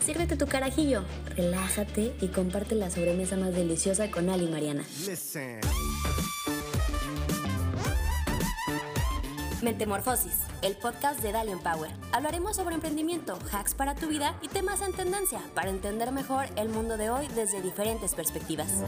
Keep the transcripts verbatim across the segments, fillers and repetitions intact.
Sírvete tu carajillo, relájate y comparte la sobremesa más deliciosa con Ali y Mariana. Listen. Mentemorfosis, el podcast de Dalian Power. Hablaremos sobre emprendimiento, hacks para tu vida y temas en tendencia para entender mejor el mundo de hoy desde diferentes perspectivas.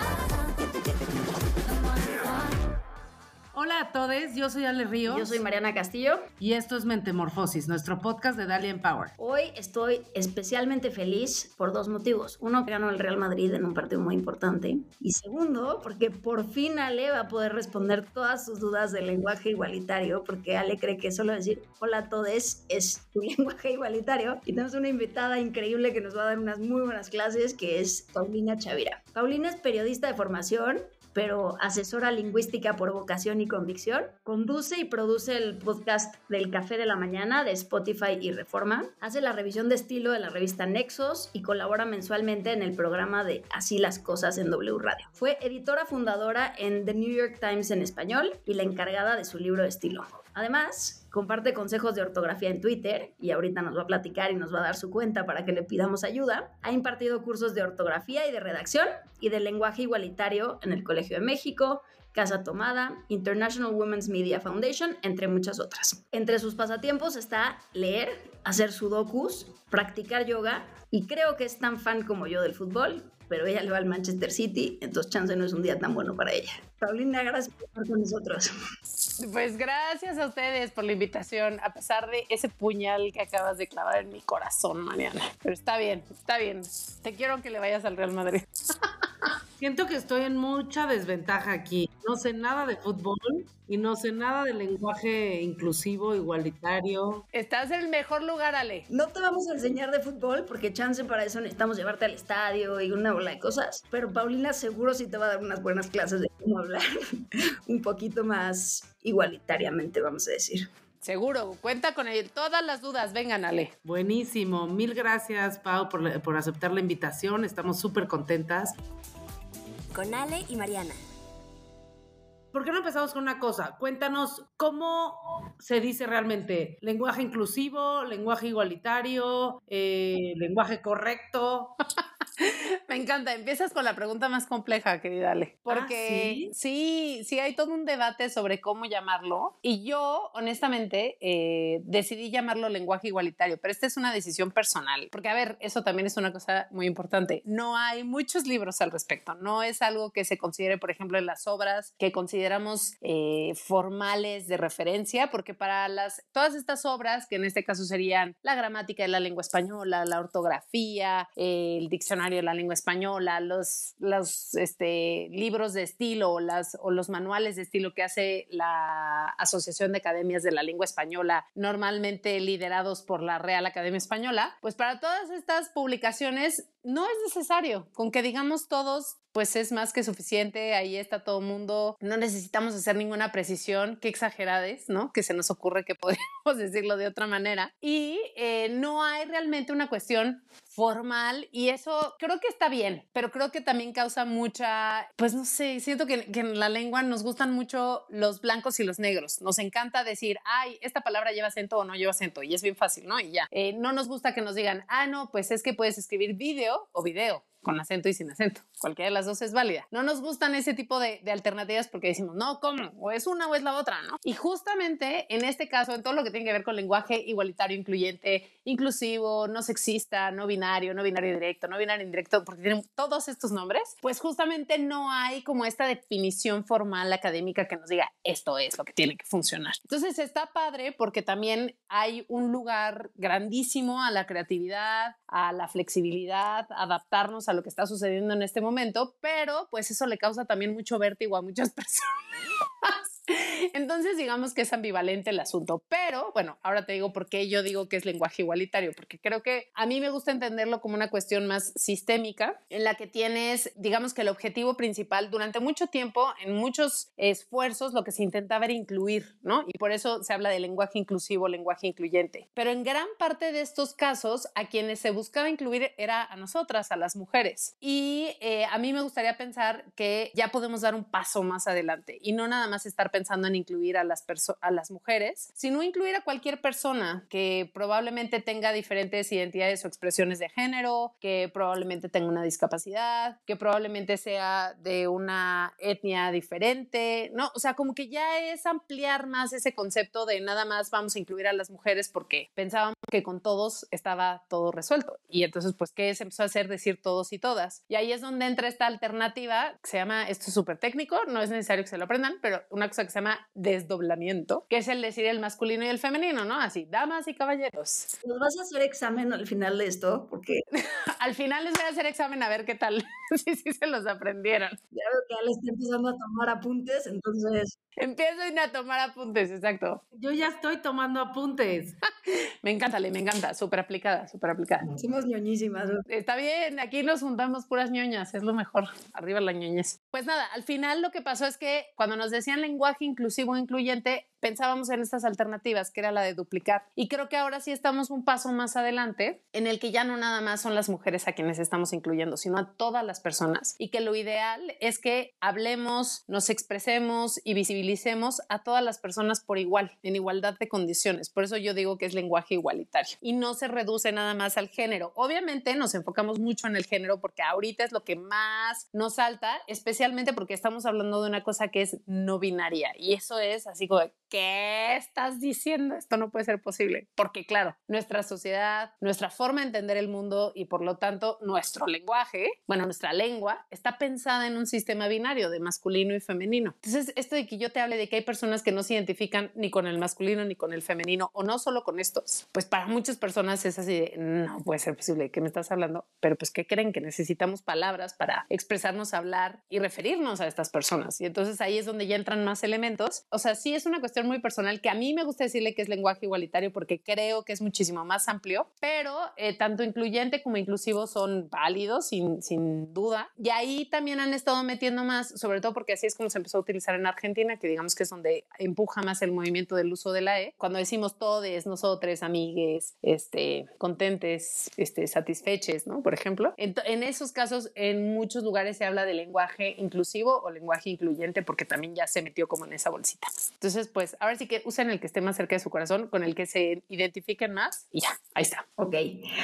Hola a todos, yo soy Ale Ríos. Yo soy Mariana Castillo. Y esto es Mentemorfosis, nuestro podcast de Dalian Power. Hoy estoy especialmente feliz por dos motivos. Uno, que ganó el Real Madrid en un partido muy importante. Y segundo, porque por fin Ale va a poder responder todas sus dudas del lenguaje igualitario, porque Ale cree que solo decir hola a todos es tu lenguaje igualitario. Y tenemos una invitada increíble que nos va a dar unas muy buenas clases, que es Paulina Chavira. Paulina es periodista de formación, pero asesora lingüística por vocación y convicción. Conduce y produce el podcast del Café de la Mañana de Spotify y Reforma. Hace la revisión de estilo de la revista Nexos y colabora mensualmente en el programa de Así las Cosas en W Radio. Fue editora fundadora en The New York Times en español y la encargada de su libro de estilo. Además, comparte consejos de ortografía en Twitter y ahorita nos va a platicar y nos va a dar su cuenta para que le pidamos ayuda. Ha impartido cursos de ortografía y de redacción y de lenguaje igualitario en el Colegio de México, Casa Tomada, International Women's Media Foundation, entre muchas otras. Entre sus pasatiempos está leer, hacer sudokus, practicar yoga y creo que es tan fan como yo del fútbol, pero ella le va al Manchester City, entonces chance no es un día tan bueno para ella. Paulina, gracias por estar con nosotros. Pues gracias a ustedes por la invitación, a pesar de ese puñal que acabas de clavar en mi corazón, Mariana. Pero está bien, está bien. Te quiero que le vayas al Real Madrid. Siento que estoy en mucha desventaja aquí. No sé nada de fútbol y no sé nada de lenguaje inclusivo, igualitario. Estás en el mejor lugar, Ale. No te vamos a enseñar de fútbol porque chance para eso necesitamos llevarte al estadio y una bola de cosas. Pero Paulina seguro sí te va a dar unas buenas clases de cómo hablar un poquito más igualitariamente, vamos a decir. Seguro, cuenta con él. Todas las dudas, vengan, Ale. Buenísimo. Mil gracias, Pau, por, por aceptar la invitación. Estamos súper contentas. Con Ale y Mariana. ¿Por qué no empezamos con una cosa? Cuéntanos cómo se dice realmente lenguaje inclusivo, lenguaje igualitario, eh, lenguaje correcto. Me encanta, empiezas con la pregunta más compleja, querida Ale, porque ¿Ah, sí? sí, sí hay todo un debate sobre cómo llamarlo y yo honestamente eh, decidí llamarlo lenguaje igualitario, pero esta es una decisión personal, porque a ver, eso también es una cosa muy importante, no hay muchos libros al respecto, no es algo que se considere, por ejemplo, en las obras que consideramos eh, formales de referencia, porque para las, todas estas obras, que en este caso serían la gramática de la lengua española, la ortografía, eh, el diccionario de la lengua española, los, los este, libros de estilo o, las, o los manuales de estilo que hace la Asociación de Academias de la Lengua Española, normalmente liderados por la Real Academia Española, pues para todas estas publicaciones no es necesario, con que digamos todos, pues es más que suficiente, ahí está todo el mundo, no necesitamos hacer ninguna precisión, qué exagerades, ¿no? Que se nos ocurre que podríamos decirlo de otra manera y eh, no hay realmente una cuestión formal y eso creo que está bien, pero creo que también causa mucha, pues no sé, siento que, que en la lengua nos gustan mucho los blancos y los negros, nos encanta decir, ay, esta palabra lleva acento o no lleva acento y es bien fácil, ¿no? Y ya, eh, no nos gusta que nos digan, ah, no, pues es que puedes escribir video o video, con acento y sin acento. Cualquiera de las dos es válida. No nos gustan ese tipo de, de alternativas porque decimos, no, ¿cómo? O es una o es la otra, ¿no? Y justamente en este caso, en todo lo que tiene que ver con lenguaje igualitario, incluyente, inclusivo, no sexista, no binario, no binario directo, no binario indirecto, porque tienen todos estos nombres, pues justamente no hay como esta definición formal académica que nos diga esto es lo que tiene que funcionar. Entonces está padre porque también hay un lugar grandísimo a la creatividad, a la flexibilidad, adaptarnos a lo que está sucediendo en este momento, pero pues eso le causa también mucho vértigo a muchas personas. Entonces digamos que es ambivalente el asunto, pero bueno, ahora te digo por qué yo digo que es lenguaje igualitario, porque creo que a mí me gusta entenderlo como una cuestión más sistémica en la que tienes, digamos que el objetivo principal durante mucho tiempo, en muchos esfuerzos, lo que se intentaba era incluir, ¿no? Y por eso se habla de lenguaje inclusivo, lenguaje incluyente, pero en gran parte de estos casos a quienes se buscaba incluir era a nosotras, a las mujeres, y eh, a mí me gustaría pensar que ya podemos dar un paso más adelante y no nada más estar estar pensando en incluir a las, perso- a las mujeres, sino incluir a cualquier persona que probablemente tenga diferentes identidades o expresiones de género, que probablemente tenga una discapacidad, que probablemente sea de una etnia diferente, ¿no? O sea, como que ya es ampliar más ese concepto de nada más vamos a incluir a las mujeres porque pensábamos que con todos estaba todo resuelto. Y entonces, pues, ¿qué se empezó a hacer? Decir todos y todas. Y ahí es donde entra esta alternativa que se llama, esto es súper técnico, no es necesario que se lo aprendan, pero una cosa que se llama desdoblamiento, que es el decir el masculino y el femenino, ¿no? Así, damas y caballeros. ¿Nos vas a hacer examen al final de esto? Porque Al final les voy a hacer examen a ver qué tal, si sí se los aprendieron. ya veo que Ale está empezando a tomar apuntes, entonces... Empiecen a tomar apuntes, exacto. Yo ya estoy tomando apuntes. Me encanta, Le, me encanta, súper aplicada, súper aplicada. Somos ñoñísimas. Está bien, aquí nos juntamos puras ñoñas, es lo mejor, arriba la ñoñez. Pues nada, al final lo que pasó es que cuando nos decían lenguaje inclusivo e incluyente, pensábamos en estas alternativas, que era la de duplicar. Y creo que ahora sí estamos un paso más adelante, en el que ya no nada más son las mujeres a quienes estamos incluyendo, sino a todas las personas. Y que lo ideal es que hablemos, nos expresemos y visibilicemos a todas las personas por igual, en igualdad de condiciones. Por eso yo digo que es lenguaje igualitario. Y no se reduce nada más al género. Obviamente nos enfocamos mucho en el género porque ahorita es lo que más nos salta, especialmente porque estamos hablando de una cosa que es no binaria. Y eso es así como, ¿qué estás diciendo? Esto no puede ser posible. Porque claro, nuestra sociedad, nuestra forma de entender el mundo y por lo tanto nuestro lenguaje, bueno, nuestra lengua, está pensada en un sistema binario de masculino y femenino. Entonces, esto de que yo te hable de que hay personas que no se identifican ni con el masculino ni con el femenino, o no solo con estos, pues para muchas personas es así de, no puede ser posible, ¿de qué me estás hablando? Pero pues, ¿qué creen? Que necesitamos palabras para expresarnos, hablar y referirnos a estas personas. Y entonces ahí es donde ya entran más elementos. O sea, sí es una cuestión muy personal que a mí me gusta decirle que es lenguaje igualitario porque creo que es muchísimo más amplio, pero eh, tanto incluyente como inclusivo son válidos sin, sin duda. Y ahí también han estado metiendo más, sobre todo porque así es como se empezó a utilizar en Argentina, que digamos que es donde empuja más el movimiento del uso de la E. Cuando decimos todes, nosotros, amigues, este, contentes, este, satisfeches, ¿no? Por ejemplo. En, en esos casos, en muchos lugares se habla de lenguaje inclusivo o lenguaje incluyente porque también ya se metió como en esa bolsita. Entonces, pues, ahora sí que usen el que esté más cerca de su corazón, con el que se identifiquen más y ya, ahí está. Ok,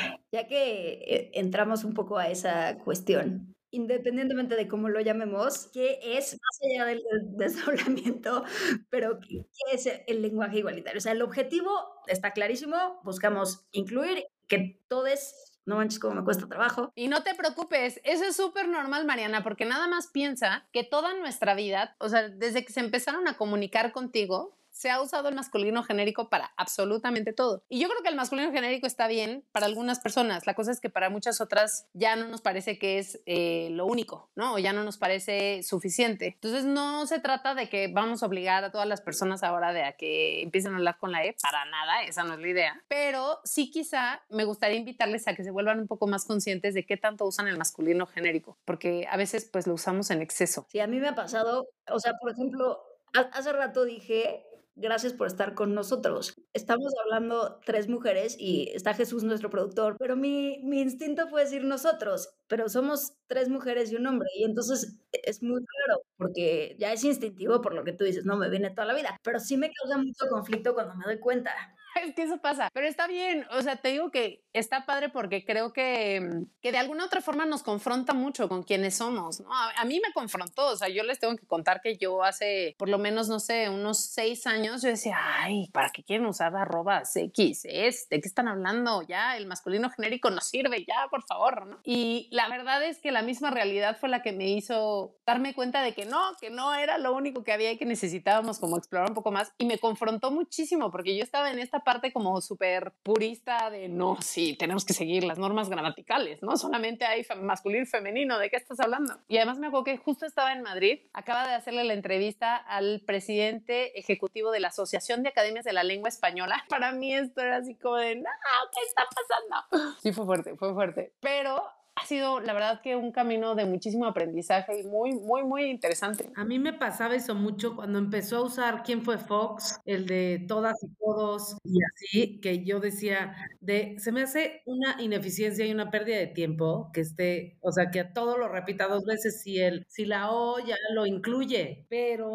ya que eh, entramos un poco a esa cuestión, independientemente de cómo lo llamemos, ¿qué es, más allá del desdoblamiento, pero qué es el lenguaje igualitario? O sea, el objetivo está clarísimo, buscamos incluir que todos... No manches, cómo me cuesta trabajo. Y no te preocupes, eso es súper normal, Mariana, porque nada más piensa que toda nuestra vida, o sea, desde que se empezaron a comunicar contigo, se ha usado el masculino genérico para absolutamente todo. Y yo creo que el masculino genérico está bien para algunas personas. La cosa es que para muchas otras ya no nos parece que es eh, lo único, ¿no? O ya no nos parece suficiente. Entonces no se trata de que vamos a obligar a todas las personas ahora de a que empiecen a hablar con la E. Para nada, esa no es la idea. Pero sí quizá me gustaría invitarles a que se vuelvan un poco más conscientes de qué tanto usan el masculino genérico. Porque a veces pues lo usamos en exceso. Sí, a mí me ha pasado, o sea, por ejemplo, hace rato dije... Gracias por estar con nosotros. Estamos hablando tres mujeres y está Jesús, nuestro productor, pero mi, mi instinto fue decir nosotros, pero somos tres mujeres y un hombre, y entonces es muy raro, porque ya es instintivo por lo que tú dices, no, me viene toda la vida, pero sí me causa mucho conflicto cuando me doy cuenta. Es que eso pasa, pero está bien, o sea, te digo que está padre porque creo que, que de alguna otra forma nos confronta mucho con quienes somos, ¿no? A, a mí me confrontó, o sea, yo les tengo que contar que yo hace por lo menos, no sé, unos seis años, yo decía, ay, ¿para qué quieren usar arrobas X? Es, ¿de qué están hablando? Ya, el masculino genérico no sirve, ya, por favor, ¿no? Y la verdad es que la misma realidad fue la que me hizo darme cuenta de que no, que no era lo único que había y que necesitábamos como explorar un poco más, y me confrontó muchísimo porque yo estaba en esta parte como súper purista de no, sí, tenemos que seguir las normas gramaticales, ¿no? Solamente hay masculino y femenino, ¿de qué estás hablando? Y además me acuerdo que justo estaba en Madrid, acaba de hacerle la entrevista al presidente ejecutivo de la Asociación de Academias de la Lengua Española. Para mí esto era así como de, no, ¿qué está pasando? Sí, fue fuerte, fue fuerte, pero ha sido, la verdad, que un camino de muchísimo aprendizaje y muy, muy, muy interesante. A mí me pasaba eso mucho cuando empezó a usar ¿Quién fue Fox? El de todas y todos y así, que yo decía, de se me hace una ineficiencia y una pérdida de tiempo que esté, o sea, que a todo lo repita dos veces si, el, si la O ya lo incluye, pero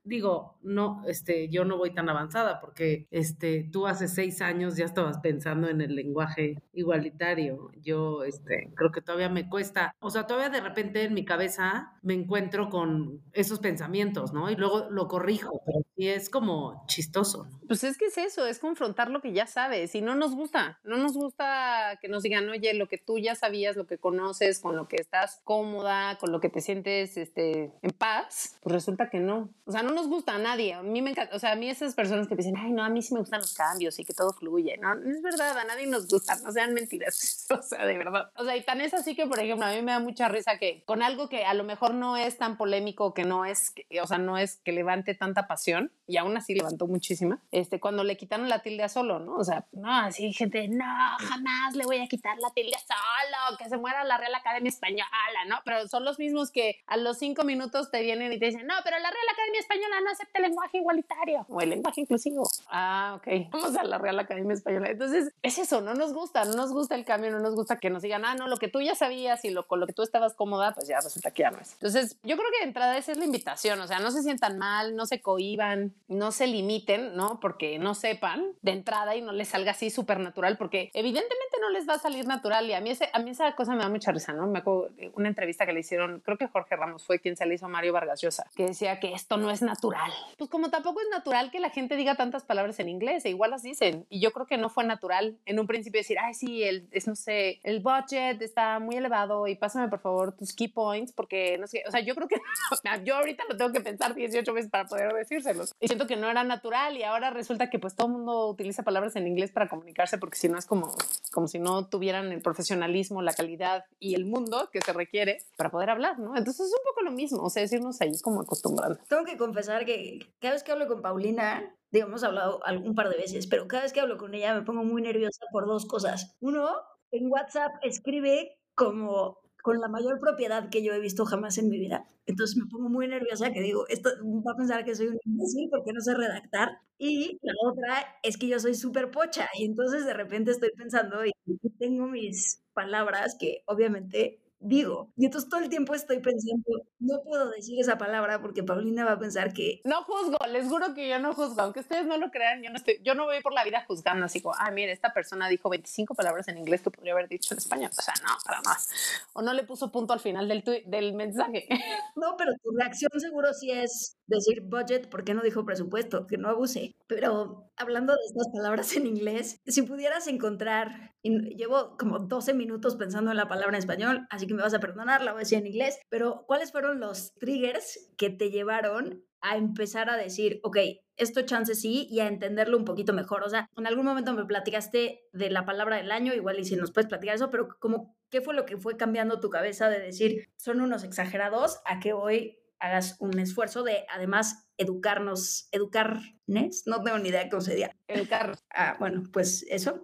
digo, no, este, yo no voy tan avanzada porque este, tú hace seis años ya estabas pensando en el lenguaje igualitario. Yo este, creo que todavía me cuesta, o sea, todavía de repente en mi cabeza me encuentro con esos pensamientos, ¿no? Y luego lo corrijo, pero sí es como chistoso, ¿no? Pues es que es eso, es confrontar lo que ya sabes y no nos gusta, no nos gusta que nos digan, oye, lo que tú ya sabías, lo que conoces, con lo que estás cómoda, con lo que te sientes este, en paz, pues resulta que no. O sea, no nos gusta a nadie. A mí me encanta, o sea, a mí esas personas que dicen, ay, no, a mí sí me gustan los cambios y que todo fluye. No, no es verdad, a nadie nos gusta, no sean mentiras. O sea, de verdad. O sea, y tan es así que, por ejemplo, a mí me da mucha risa que con algo que a lo mejor no es tan polémico, que no es, o sea, no es que levante tanta pasión, y aún así levantó muchísima, este, cuando le quitaron la tilde a Solo, ¿no? O sea, no, así gente, no, jamás le voy a quitar la tilde a Solo, que se muera la Real Academia Española, ¿no? Pero son los mismos que a los cinco minutos te vienen y te dicen, no, pero la Real Academia Española no acepta el lenguaje igualitario o el lenguaje inclusivo. Ah, ok, vamos a la Real Academia Española. Entonces, es eso, no nos gusta, no nos gusta el cambio, no nos gusta que nos digan, ah, no, lo que tú ya sabías y lo, con lo que tú estabas cómoda, pues ya resulta que ya no es. Entonces, yo creo que de entrada esa es la invitación, o sea, no se sientan mal, no se cohíban, no se limiten, ¿no? Porque no sepan de entrada y no les salga así súper natural, porque evidentemente no les va a salir natural y a mí, ese, a mí esa cosa me da mucha risa, ¿no? Me acuerdo de una entrevista que le hicieron, creo que Jorge Ramos fue quien se le hizo a Mario Vargas Llosa, que decía que esto no es natural. Pues como tampoco es natural que la gente diga tantas palabras en inglés, e igual las dicen, y yo creo que no fue natural en un principio decir, ay, sí, el, es, no sé, el budget está muy elevado y pásame por favor tus key points, porque no sé, o sea, yo creo que yo ahorita lo tengo que pensar dieciocho veces para poder decírselos. Y siento que no era natural y ahora resulta que pues todo el mundo utiliza palabras en inglés para comunicarse porque si no es como, como si no tuvieran el profesionalismo, la calidad y el mundo que se requiere para poder hablar, ¿no? Entonces es un poco lo mismo, o sea, es irnos ahí como acostumbrando. Tengo que confesar que cada vez que hablo con Paulina, digo, hemos hablado un par de veces, pero cada vez que hablo con ella me pongo muy nerviosa por dos cosas. Uno, en WhatsApp escribe como con la mayor propiedad que yo he visto jamás en mi vida. Entonces me pongo muy nerviosa que digo, esto va a pensar que soy un imbécil porque no sé redactar. Y la otra es que yo soy súper pocha y entonces de repente estoy pensando y tengo mis palabras que obviamente digo. Y entonces todo el tiempo estoy pensando, no puedo decir esa palabra porque Paulina va a pensar que... No juzgo, les juro que yo no juzgo, aunque ustedes no lo crean, yo no estoy, yo no voy por la vida juzgando así como, ah, mire, esta persona dijo veinticinco palabras en inglés que podría haber dicho en español. O sea, no, para más. O no le puso punto al final del, tuit, del mensaje. No, pero tu reacción seguro sí es decir budget, ¿por qué no dijo presupuesto? Que no abuse. Pero hablando de estas palabras en inglés, si pudieras encontrar, y llevo como doce minutos pensando en la palabra en español, así que me vas a perdonar, la voy a decir en inglés, pero ¿cuáles fueron los triggers que te llevaron a empezar a decir, ok, esto chance sí, y a entenderlo un poquito mejor? O sea, en algún momento me platicaste de la palabra del año, igual y si nos puedes platicar eso, pero como, ¿qué fue lo que fue cambiando tu cabeza de decir, son unos exagerados, a que hoy hagas un esfuerzo de, además, educarnos, educarnes? No tengo ni idea de cómo se diría. Educar. Ah, bueno, pues eso.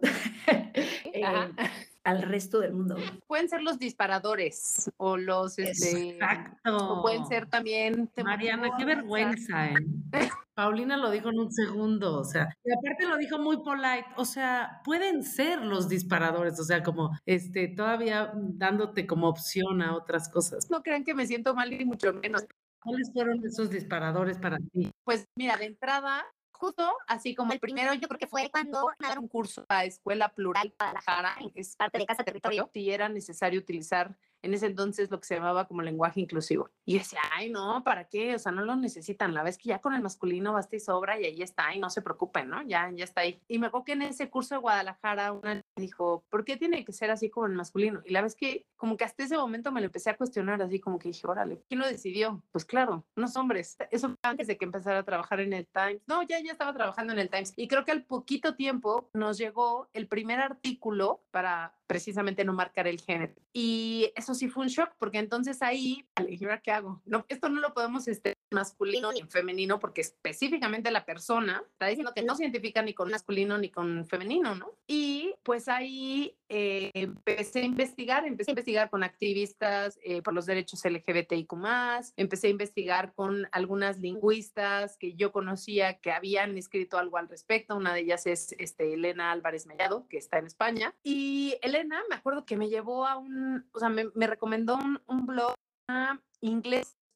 eh, Ajá. Al resto del mundo. Pueden ser los disparadores o los, este, Exacto. o pueden ser también... Mariana, qué vergüenza, ¿eh? Paulina lo dijo en un segundo, o sea, y aparte lo dijo muy polite, o sea, pueden ser los disparadores, o sea, como, este, todavía dándote como opción a otras cosas. No crean que me siento mal ni mucho menos. ¿Cuáles fueron esos disparadores para ti? Pues mira, de entrada, justo así como el primero, yo creo que fue cuando dar un curso a Escuela Plural Guadalajara, es parte de Casa Territorio, si era necesario utilizar en ese entonces lo que se llamaba como lenguaje inclusivo. Y yo decía, ay, no, ¿para qué? O sea, no lo necesitan. La vez que ya con el masculino basta y sobra y ahí está, y no se preocupen, ¿no? Ya, ya está ahí. Y me acuerdo que en ese curso de Guadalajara una me dijo, ¿por qué tiene que ser así como el masculino? Y la vez que como que hasta ese momento me lo empecé a cuestionar, así como que dije, órale, ¿quién lo decidió? Pues claro, unos hombres. Eso fue antes de que empezara a trabajar en el Times. No, ya, ya estaba trabajando en el Times. Y creo que al poquito tiempo nos llegó el primer artículo para precisamente no marcar el género. Y eso sí fue un shock, porque entonces ahí, ¿y ahora qué hago? No, esto no lo podemos este, masculino ni en femenino, porque específicamente la persona está diciendo que no se identifica ni con masculino ni con femenino, ¿no? Y pues ahí eh, empecé a investigar, empecé a investigar con activistas eh, por los derechos L G B T I Q más, empecé a investigar con algunas lingüistas que yo conocía que habían escrito algo al respecto. Una de ellas es este, Elena Álvarez Mellado, que está en España. Y Elena, me acuerdo que me llevó a un, o sea, me, me recomendó un, un blog uh, inglés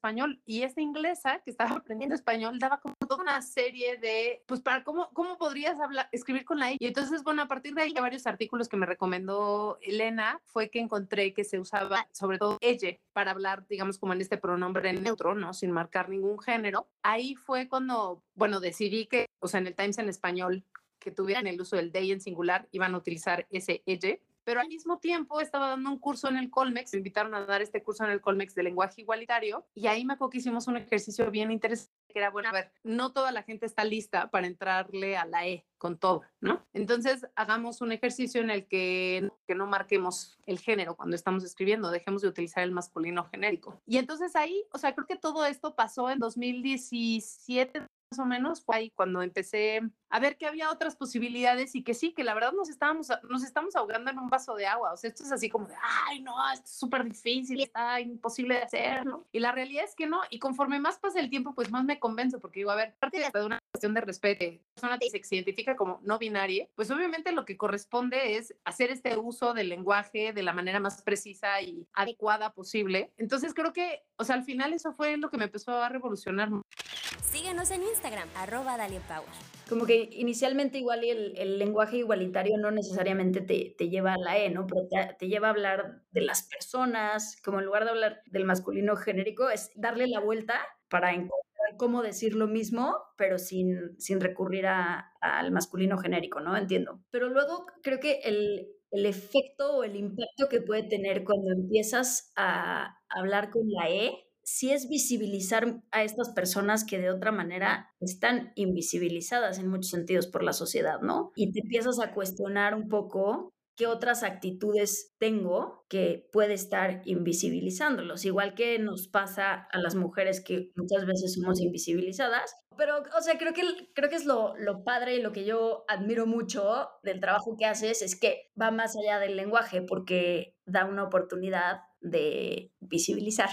español. Y esta inglesa que estaba aprendiendo español daba como toda una serie de, pues, para cómo, cómo podrías hablar, escribir con la E. Y entonces, bueno, a partir de ahí, varios artículos que me recomendó Elena, fue que encontré que se usaba sobre todo ella para hablar, digamos, como en este pronombre neutro, ¿no? Sin marcar ningún género. Ahí fue cuando, bueno, decidí que, o sea, en el Times en español, que tuvieran el uso del they en singular, iban a utilizar ese ella. Pero al mismo tiempo estaba dando un curso en el Colmex, me invitaron a dar este curso en el Colmex de lenguaje igualitario, y ahí me acuerdo que hicimos un ejercicio bien interesante, que era, bueno, a ver, no toda la gente está lista para entrarle a la E con todo, ¿no? Entonces, hagamos un ejercicio en el que, que no marquemos el género cuando estamos escribiendo, dejemos de utilizar el masculino genérico. Y entonces ahí, o sea, creo que todo esto pasó en dos mil diecisiete, más o menos, fue ahí cuando empecé a ver que había otras posibilidades y que sí, que la verdad nos estábamos, nos estamos ahogando en un vaso de agua. O sea, esto es así como de, ay, no, esto es súper difícil, está imposible de hacerlo. Y la realidad es que no. Y conforme más pasa el tiempo, pues más me convenzo, porque digo, a ver, parte de una cuestión de respeto, la persona que se identifica como no binaria, pues obviamente lo que corresponde es hacer este uso del lenguaje de la manera más precisa y adecuada posible. Entonces creo que, o sea, al final eso fue lo que me empezó a revolucionar. Síguenos en Instagram, arroba Dalia Power. Como que inicialmente igual el, el lenguaje igualitario no necesariamente te, te lleva a la E, ¿no? Pero te, te lleva a hablar de las personas, como en lugar de hablar del masculino genérico, es darle la vuelta para encontrar cómo decir lo mismo, pero sin, sin recurrir a, al masculino genérico, ¿no? Entiendo. Pero luego creo que el, el efecto o el impacto que puede tener cuando empiezas a hablar con la E, sí es visibilizar a estas personas que de otra manera están invisibilizadas en muchos sentidos por la sociedad, ¿no? Y te empiezas a cuestionar un poco qué otras actitudes tengo que puede estar invisibilizándolos, igual que nos pasa a las mujeres que muchas veces somos invisibilizadas. Pero, o sea, creo que, creo que es lo, lo padre y lo que yo admiro mucho del trabajo que haces es que va más allá del lenguaje porque da una oportunidad de visibilizar.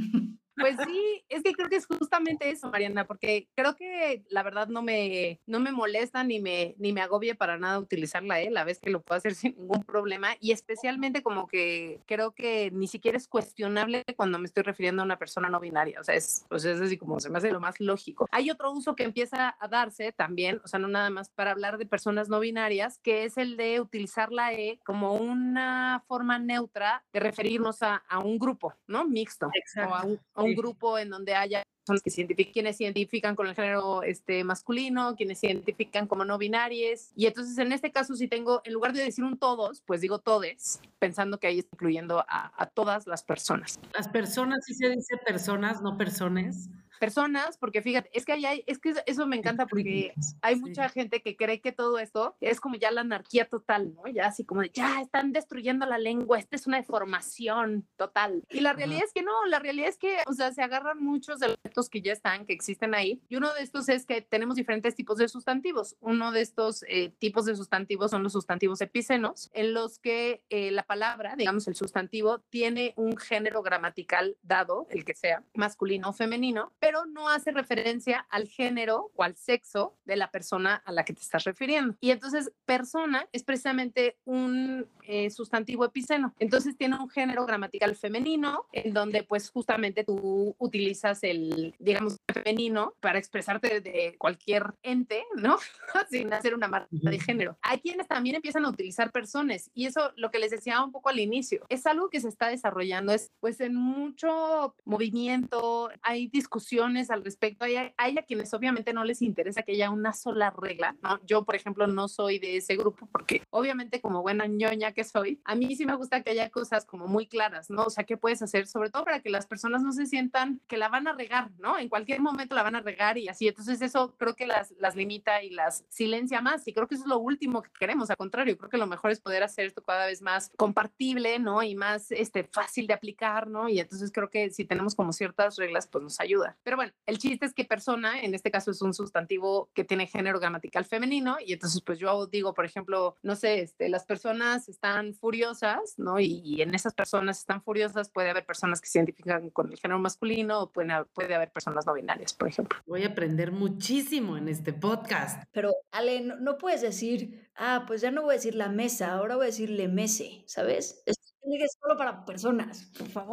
Pues sí, es que creo que es justamente eso, Mariana, porque creo que la verdad no me, no me molesta ni me, ni me agobia para nada utilizarla, ¿eh? La vez que lo puedo hacer sin ningún problema, y especialmente como que creo que ni siquiera es cuestionable cuando me estoy refiriendo a una persona no binaria, o sea, es, o sea, es así como se me hace lo más lógico. Hay otro uso que empieza a darse también, o sea, no nada más para hablar de personas no binarias, que es el de utilizar la E como una forma neutra de referirnos a, a un grupo, ¿no? Mixto. Exacto. O a un, a un Sí. grupo en donde haya personas que se identifican, quienes se identifican con el género este, masculino, quienes se identifican como no binarias. Y entonces en este caso, si tengo, en lugar de decir un todos, pues digo todes, pensando que ahí estoy incluyendo a, a todas las personas. Las personas, sí se dice personas, no personas. Personas, porque fíjate, es que ahí hay, es que eso me encanta porque hay Sí. mucha gente que cree que todo esto es como ya la anarquía total, ¿no? Ya así como de, ya están destruyendo la lengua, esta es una deformación total. Y la realidad Ajá. es que no, la realidad es que, o sea, se agarran muchos de los efectos que ya están, que existen ahí, y uno de estos es que tenemos diferentes tipos de sustantivos. Uno de estos eh, tipos de sustantivos son los sustantivos epicenos, en los que eh, la palabra, digamos el sustantivo, tiene un género gramatical dado, el que sea, masculino o femenino, pero no hace referencia al género o al sexo de la persona a la que te estás refiriendo. Y entonces, persona es precisamente un eh, sustantivo epiceno. Entonces, tiene un género gramatical femenino, en donde, pues, justamente tú utilizas el, digamos, femenino para expresarte de cualquier ente, ¿no? Sin hacer una marca de género. Hay quienes también empiezan a utilizar personas, y eso, lo que les decía un poco al inicio, es algo que se está desarrollando, es, pues, en mucho movimiento, hay discusiones al respecto. Hay, hay a quienes obviamente no les interesa que haya una sola regla, ¿no? Yo, por ejemplo, no soy de ese grupo porque obviamente como buena ñoña que soy, a mí sí me gusta que haya cosas como muy claras, ¿no? O sea, ¿qué puedes hacer? Sobre todo para que las personas no se sientan que la van a regar, ¿no? En cualquier momento la van a regar y así. Entonces eso creo que las, las limita y las silencia más, y creo que eso es lo último que queremos. Al contrario, creo que lo mejor es poder hacer esto cada vez más compartible, ¿no? Y más este, fácil de aplicar, ¿no? Y entonces creo que si tenemos como ciertas reglas, pues nos ayuda. Pero bueno, el chiste es que persona, en este caso, es un sustantivo que tiene género gramatical femenino, y entonces pues yo digo, por ejemplo, no sé, este, las personas están furiosas, ¿no? Y, y en esas personas están furiosas puede haber personas que se identifican con el género masculino, o puede, puede haber personas no binarias, por ejemplo. Voy a aprender muchísimo en este podcast. Pero, Ale, no, no puedes decir, ah, pues ya no voy a decir la mesa, ahora voy a decir le mese, ¿sabes? Esto tiene que ser solo para personas, por favor.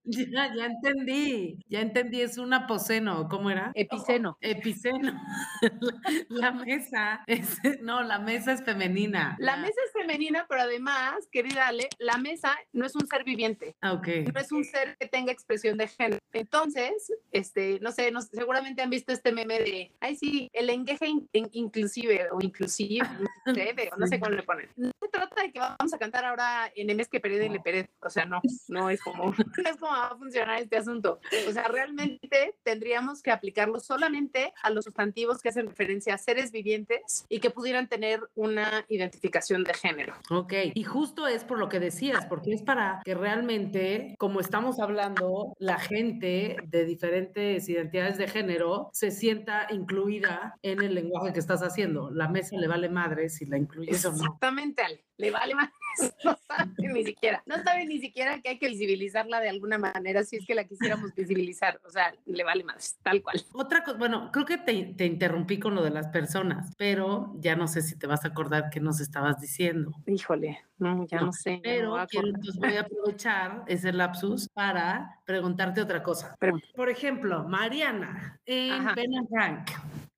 Ya, ya entendí, ya entendí, es un aposeno, ¿cómo era? Epiceno. Epiceno. La, la mesa es, no, la mesa es femenina. La mesa es femenina, pero además, querida Ale, la mesa no es un ser viviente. Ah, ok. No es un ser que tenga expresión de género. Entonces, este, no sé, no, seguramente han visto este meme de, ay, sí, el lenguaje in, in, inclusive o inclusive, no sé, o no sé cómo le ponen. No se trata de que vamos a cantar ahora en el mes que Pérez y Le Pérez. O sea, no, no es como, no es como va a funcionar este asunto. O sea, realmente tendríamos que aplicarlo solamente a los sustantivos que hacen referencia a seres vivientes y que pudieran tener una identificación de género. Ok, y justo es por lo que decías, porque es para que realmente, como estamos hablando, la gente de diferentes identidades de género se sienta incluida en el lenguaje que estás haciendo. La mesa le vale madre si la incluyes o no. Exactamente, Ale, le vale madre. No sabe ni siquiera, no sabe ni siquiera que hay que visibilizarla de alguna manera si es que la quisiéramos visibilizar, o sea, le vale más, tal cual. Otra cosa, bueno, creo que te, te interrumpí con lo de las personas, pero ya no sé si te vas a acordar qué nos estabas diciendo. Híjole, no, ya no, no sé. Pero no quiero, entonces voy a aprovechar ese lapsus para preguntarte otra cosa. Pero, por ejemplo, Mariana en Ben and Frank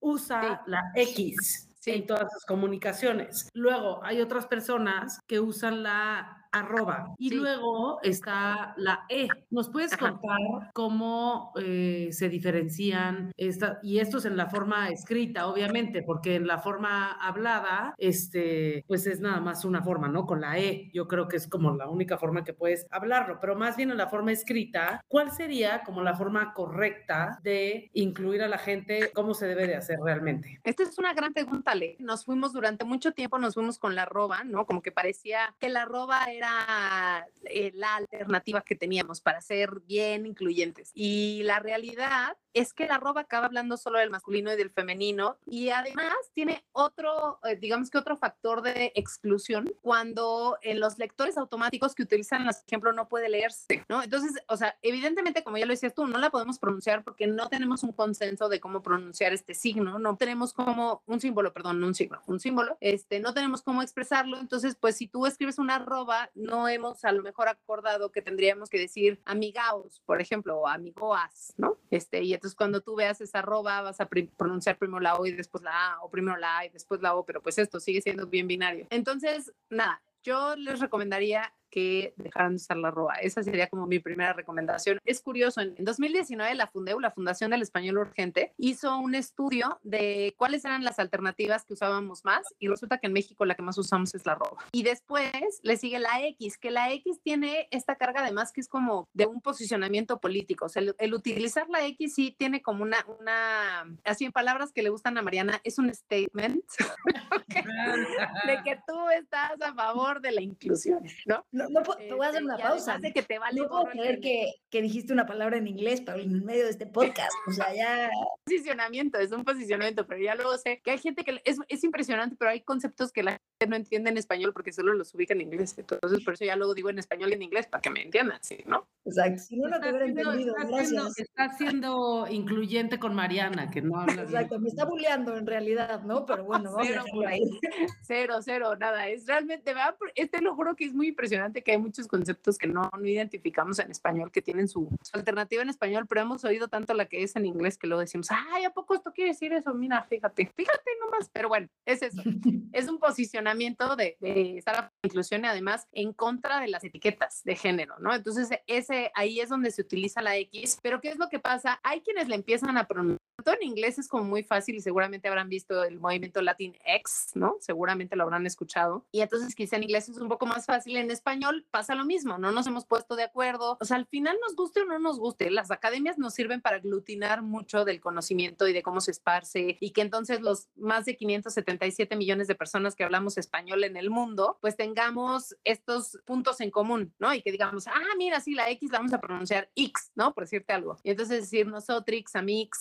usa sí. la X. Sí. En todas sus comunicaciones. Luego hay otras personas que usan la arroba y sí. luego está la E. ¿Nos puedes Ajá. contar cómo eh, se diferencian esta, y esto es en la forma escrita, obviamente, porque en la forma hablada, este, pues es nada más una forma, ¿no? Con la E, yo creo que es como la única forma que puedes hablarlo, pero más bien en la forma escrita, ¿cuál sería como la forma correcta de incluir a la gente? ¿Cómo se debe de hacer realmente? Esta es una gran pregunta, Ale. Nos fuimos durante mucho tiempo, nos fuimos con la arroba, ¿no? Como que parecía que la arroba era eh, la alternativa que teníamos para ser bien incluyentes. Y la realidad es que la arroba acaba hablando solo del masculino y del femenino y además tiene otro, eh, digamos que otro factor de exclusión cuando en los lectores automáticos que utilizan, por ejemplo, no puede leerse, ¿no? Entonces, o sea, evidentemente, como ya lo decías tú, no la podemos pronunciar porque no tenemos un consenso de cómo pronunciar este signo, no tenemos como un símbolo, perdón, no un signo, un símbolo, este, no tenemos cómo expresarlo, entonces, pues si tú escribes una arroba, no hemos a lo mejor acordado que tendríamos que decir amigaos, por ejemplo, o amigoas, ¿no? Este, y entonces cuando tú veas esa arroba vas a pr- pronunciar primero la O y después la A, o primero la A y después la O, pero pues esto sigue siendo bien binario. Entonces, nada, yo les recomendaría que dejaran de usar la arroba. Esa sería como mi primera recomendación. Es curioso, en dos mil diecinueve la Fundeu, la Fundación del Español Urgente, hizo un estudio de cuáles eran las alternativas que usábamos más y resulta que en México la que más usamos es la arroba. Y después le sigue la X, que la X tiene esta carga además que es como de un posicionamiento político. O sea, el, el utilizar la X sí tiene como una, una, así en palabras que le gustan a Mariana, es un statement de que tú estás a favor de la inclusión, ¿no? No, no te voy a hacer una este, pausa. De que te vale no puedo creer que, que dijiste una palabra en inglés, Pablo, en medio de este podcast. O sea, ya... Posicionamiento, es un posicionamiento, pero ya luego sé que hay gente que es, es impresionante, pero hay conceptos que la gente no entiende en español porque solo los ubica en inglés. Entonces, por eso ya luego digo en español y en inglés para que me entiendan, ¿sí? ¿no? Exacto. Si no, no te hubiera entendido. Está Gracias. Siendo, está siendo incluyente con Mariana, que no habla Exacto, bien. Me está bulleando en realidad, ¿no? Pero bueno, vamos cero, a dejarlo ahí. Cero, cero, nada. Es realmente, ¿verdad? Este lo juro que es muy impresionante que hay muchos conceptos que no, no identificamos en español, que tienen su, su alternativa en español, pero hemos oído tanto la que es en inglés que luego decimos, ay, ¿a poco esto quiere decir eso? Mira, fíjate, fíjate nomás. Pero bueno, es eso. Es un posicionamiento de, de estar a la inclusión y además en contra de las etiquetas de género, ¿no? Entonces, ese, ahí es donde se utiliza la X. Pero ¿qué es lo que pasa? Hay quienes le empiezan a pronunciar. Todo en inglés es como muy fácil y seguramente habrán visto el movimiento Latinx, ¿no? Seguramente lo habrán escuchado. Y entonces quizá en inglés es un poco más fácil. En español pasa lo mismo, no nos hemos puesto de acuerdo. O sea, al final nos guste o no nos guste, las academias nos sirven para aglutinar mucho del conocimiento y de cómo se esparce y que entonces los más de quinientos setenta y siete millones de personas que hablamos español en el mundo, pues tengamos estos puntos en común, ¿no? Y que digamos, ah, mira, sí, la X la vamos a pronunciar X, ¿no? Por decirte algo. Y entonces decir nosotrix, amix, todo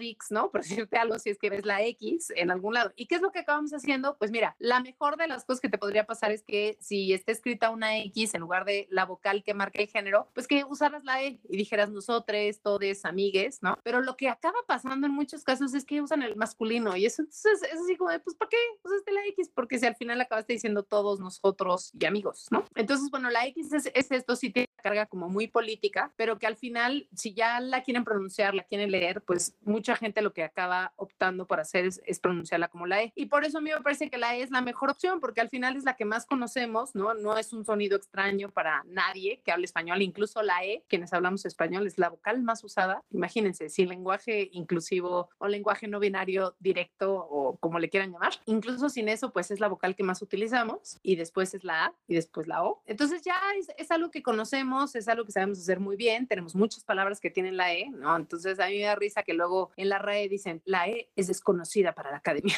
VIX, ¿no? Por decirte algo, si es que ves la X en algún lado. ¿Y qué es lo que acabamos haciendo? Pues mira, la mejor de las cosas que te podría pasar es que si está escrita una X en lugar de la vocal que marca el género, pues que usaras la E y dijeras nosotres, todes, amigues, ¿no? Pero lo que acaba pasando en muchos casos es que usan el masculino y eso entonces es así como de, pues ¿para qué usaste la X? Porque si al final acabaste diciendo todos, nosotros y amigos, ¿no? Entonces, bueno, la X es, es esto, sí tiene carga como muy política, pero que al final, si ya la quieren pronunciar, la quieren leer, pues mucha gente lo que acaba optando por hacer es, es pronunciarla como la E. Y por eso a mí me parece que la E es la mejor opción, porque al final es la que más conocemos, ¿no? No es un sonido extraño para nadie que hable español, incluso la E, quienes hablamos español, es la vocal más usada. Imagínense, sin lenguaje inclusivo o lenguaje no binario directo o como le quieran llamar, incluso sin eso, pues es la vocal que más utilizamos y después es la A y después la O. Entonces ya es, es algo que conocemos, es algo que sabemos hacer muy bien, tenemos muchas palabras que tienen la E, ¿no? Entonces a mí me da risa que luego en la R A E dicen, la E es desconocida para la academia.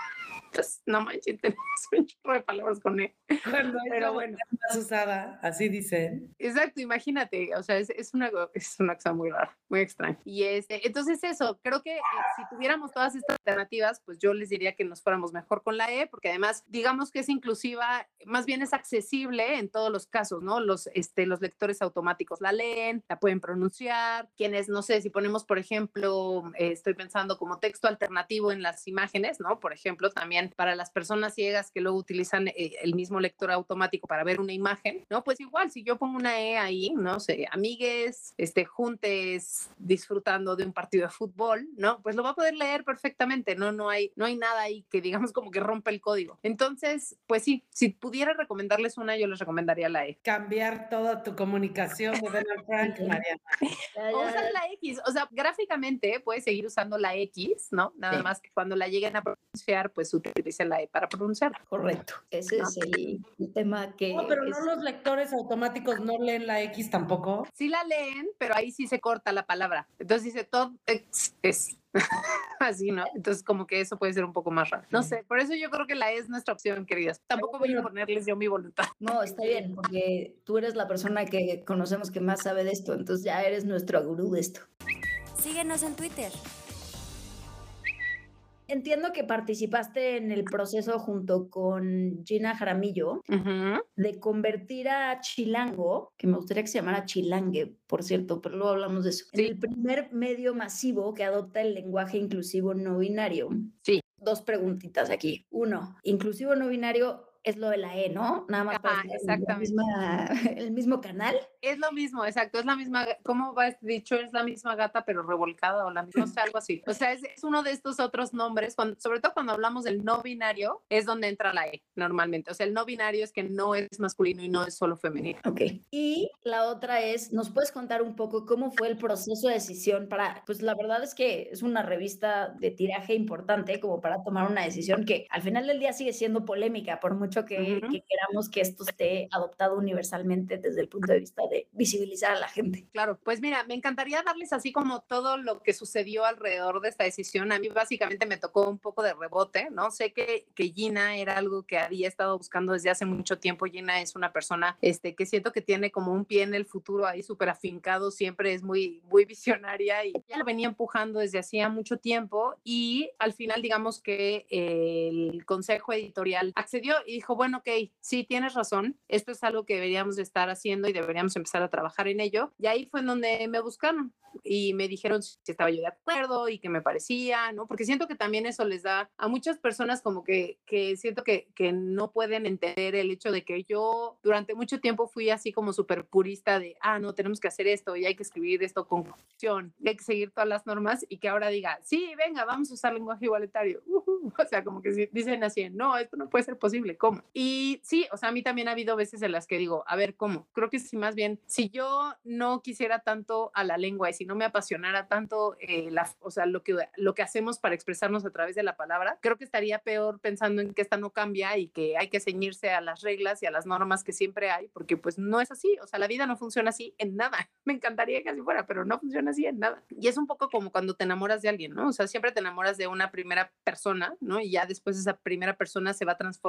Pues no manches, tenemos un chorro de palabras con E. Cuando Pero es bueno, más usada, así dicen. exacto, imagínate, o sea, es, es, una, es una cosa muy rara, muy extraña. Y este, entonces eso, creo que eh, si tuviéramos todas estas alternativas, pues yo les diría que nos fuéramos mejor con la E, porque además, digamos que es inclusiva, más bien es accesible en todos los casos, ¿no? Los, este, los lectores automáticos la leen, la pueden pronunciar, quienes, no sé, si ponemos, por ejemplo, eh, estoy pensando como texto alternativo en las imágenes, ¿no? Por ejemplo, también para las personas ciegas que luego utilizan eh, el mismo lector automático para ver una imagen, ¿no? Pues igual, si yo pongo una E ahí, no sé, amigues, este, juntes, disfrutando de un partido de fútbol, ¿no? Pues lo va a poder leer perfectamente, ¿no? No hay, no hay nada ahí que digamos como que rompe el código. Entonces, pues sí, si pudiera recomendarles una, yo les recomendaría la E. Cambiar toda tu comunicación de Donald Frank, Mariana. O usas la X, o sea, gráficamente puedes seguir usando la X, ¿no? Nada Sí. más que cuando la lleguen a pronunciar, pues utilicen la E para pronunciarla. Correcto. Ese ¿No? es el, el tema que... No, pero es- no los lectores automáticos no leen la X tampoco. Sí la leen, pero ahí sí se corta la palabra. Entonces dice todo ex, es. Así, ¿no? Entonces como que eso puede ser un poco más raro. No sé, por eso yo creo que la E es nuestra opción, queridas. Tampoco voy a ponerles yo mi voluntad. No, está bien, porque tú eres la persona que conocemos que más sabe de esto, entonces ya eres nuestro gurú de esto. Síguenos en Twitter. Entiendo que participaste en el proceso junto con Gina Jaramillo Uh-huh. de convertir a Chilango, que me gustaría que se llamara Chilangue, por cierto, pero luego hablamos de eso, Sí. en el primer medio masivo que adopta el lenguaje inclusivo no binario. Sí. Dos preguntitas aquí. Uno, inclusivo no binario es lo de la E, ¿no? Nada más para Ajá, estar en la exactamente. misma- el mismo canal. Es lo mismo, exacto, es la misma, ¿cómo va este dicho? Es la misma gata pero revolcada o la misma, no sé, algo así. O sea, es, es uno de estos otros nombres, cuando, sobre todo cuando hablamos del no binario, es donde entra la E normalmente. O sea, el no binario es que no es masculino y no es solo femenino. Ok. Y la otra es, ¿nos puedes contar un poco cómo fue el proceso de decisión para, pues la verdad es que es una revista de tiraje importante como para tomar una decisión que al final del día sigue siendo polémica, por mucho que, Ujú. que queramos que esto esté adoptado universalmente desde el punto de vista de visibilizar a la gente? Claro, pues mira, me encantaría darles así como todo lo que sucedió alrededor de esta decisión. A mí básicamente me tocó un poco de rebote, ¿no? Sé que, que Gina era algo que había estado buscando desde hace mucho tiempo. Gina es una persona este, que siento que tiene como un pie en el futuro ahí súper afincado, siempre es muy, muy visionaria y ya lo venía empujando desde hacía mucho tiempo y al final digamos que el consejo editorial accedió y dijo, bueno, ok, sí, tienes razón, esto es algo que deberíamos de estar haciendo y deberíamos empezar a trabajar en ello. Y ahí fue en donde me buscaron y me dijeron si estaba yo de acuerdo y que me parecía, ¿no? Porque siento que también eso les da a muchas personas como que, que siento que, que no pueden entender el hecho de que yo durante mucho tiempo fui así como súper purista de, ah, no, tenemos que hacer esto y hay que escribir esto con confusión, y hay que seguir todas las normas y que ahora diga, sí, venga, vamos a usar lenguaje igualitario. Uh-huh. O sea, como que si dicen así, no, esto no puede ser posible, ¿cómo? Y sí, o sea, a mí también ha habido veces en las que digo, a ver, ¿cómo? Creo que sí, más bien, si yo no quisiera tanto a la lengua y si no me apasionara tanto, eh, la, o sea, lo que, lo que hacemos para expresarnos a través de la palabra, creo que estaría peor pensando en que esta no cambia y que hay que ceñirse a las reglas y a las normas que siempre hay, porque pues no es así, o sea, la vida no funciona así en nada. Me encantaría que así fuera, pero no funciona así en nada. Y es un poco como cuando te enamoras de alguien, ¿no? O sea, siempre te enamoras de una primera persona, ¿no? Y ya después esa primera persona se va transformando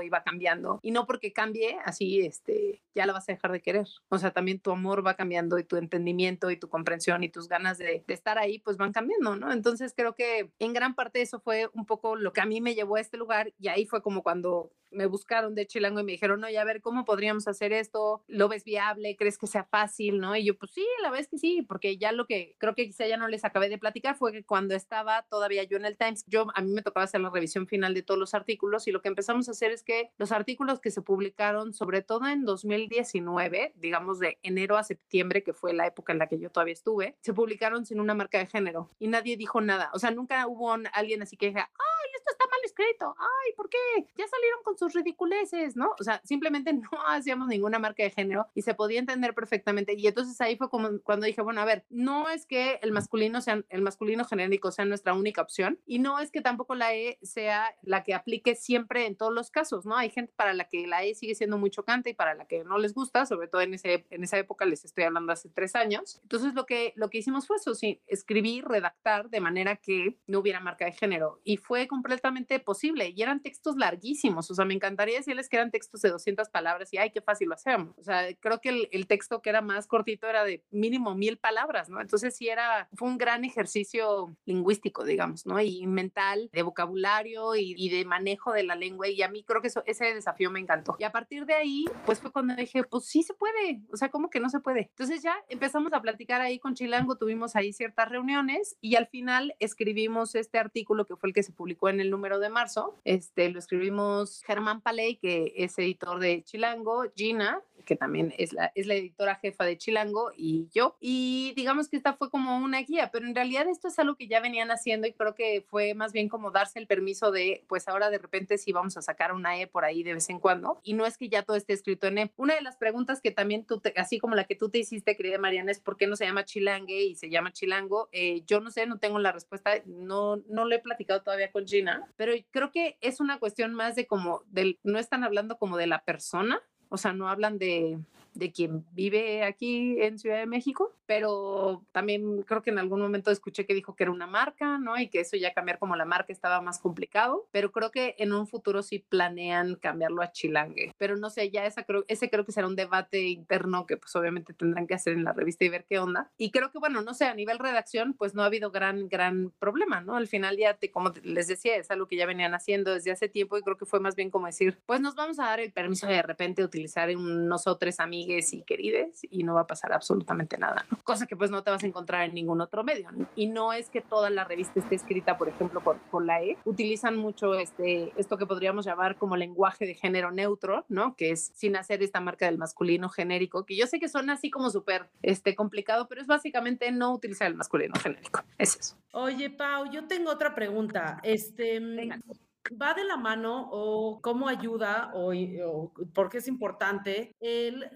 y va cambiando. Y no porque cambie, así este, ya la vas a dejar de querer. O sea, también tu amor va cambiando y tu entendimiento y tu comprensión y tus ganas de, de estar ahí, pues van cambiando, ¿no? Entonces creo que en gran parte eso fue un poco lo que a mí me llevó a este lugar y ahí fue como cuando me buscaron de Chilango y me dijeron, no, ya a ver, ¿cómo podríamos hacer esto? ¿Lo ves viable? ¿Crees que sea fácil? ¿No? Y yo, pues sí, la verdad es que sí, porque ya lo que creo que quizá ya no les acabé de platicar fue que cuando estaba todavía yo en el Times, yo a mí me tocaba hacer la revisión final de todos los artículos y lo que empezamos a hacer es que los artículos que se publicaron, sobre todo en dos mil diecinueve, digamos de enero a septiembre, que fue la época en la que yo todavía estuve, se publicaron sin una marca de género y nadie dijo nada. O sea, nunca hubo alguien así que dijera, ay, esto está mal escrito, ay, ¿por qué? Ya salieron con sus ridiculeces, ¿no? O sea, simplemente no hacíamos ninguna marca de género y se podía entender perfectamente. Y entonces ahí fue como cuando dije, bueno, a ver, no es que el masculino sea, el masculino genérico sea nuestra única opción y no es que tampoco la E sea la que aplique siempre en todos los casos, ¿no? Hay gente para la que la E sigue siendo muy chocante y para la que no les gusta, sobre todo en, ese, en esa época, les estoy hablando hace tres años. Entonces lo que, lo que hicimos fue eso, sí, escribir, redactar de manera que no hubiera marca de género y fue completamente posible y eran textos larguísimos, o sea, me encantaría decirles que eran textos de doscientas palabras y ay, qué fácil lo hacemos. O sea, creo que el, el texto que era más cortito era de mínimo mil palabras, ¿no? Entonces sí era, fue un gran ejercicio lingüístico, digamos, ¿no? Y mental, de vocabulario y, y de manejo de la lengua y a mí creo que eso, ese desafío me encantó. Y a partir de ahí, pues fue cuando dije, pues sí se puede, o sea, ¿cómo que no se puede? Entonces ya empezamos a platicar ahí con Chilango, tuvimos ahí ciertas reuniones y al final escribimos este artículo que fue el que se publicó en el número de marzo. Este, lo escribimos Germán Paley, que es editor de Chilango, Gina, que también es la, es la editora jefa de Chilango, y yo. Y digamos que esta fue como una guía, pero en realidad esto es algo que ya venían haciendo y creo que fue más bien como darse el permiso de, pues ahora de repente sí vamos a sacar una E por ahí de vez en cuando. Y no es que ya todo esté escrito en E. Una de las preguntas que también tú, te, así como la que tú te hiciste, querida Mariana, es ¿por qué no se llama Chilangue y se llama Chilango? Eh, yo no sé, no tengo la respuesta, no, no lo he platicado todavía con Gina, pero creo que es una cuestión más de como, del, no están hablando como de la persona, o sea, no hablan de, de quien vive aquí en Ciudad de México, pero también creo que en algún momento escuché que dijo que era una marca, ¿no? Y que eso ya cambiar como la marca estaba más complicado, pero creo que en un futuro sí planean cambiarlo a Chilangue, pero no sé, ya esa creo, ese creo que será un debate interno que pues obviamente tendrán que hacer en la revista y ver qué onda, y creo que bueno, no sé, a nivel redacción pues no ha habido gran, gran problema, ¿no? Al final ya, te, como les decía, es algo que ya venían haciendo desde hace tiempo y creo que fue más bien como decir, pues nos vamos a dar el permiso de de repente utilizar en nosotros amigues y querides y no va a pasar absolutamente nada, ¿no? Cosa que pues no te vas a encontrar en ningún otro medio, ¿no? Y no es que toda la revista esté escrita, por ejemplo, por, por la E. Utilizan mucho este, esto que podríamos llamar como lenguaje de género neutro, ¿no? Que es sin hacer esta marca del masculino genérico, que yo sé que suena así como súper este, complicado, pero es básicamente no utilizar el masculino genérico. Es eso. Oye, Pau, yo tengo otra pregunta. Este... Venga. ¿Va de la mano o cómo ayuda o, o por qué es importante el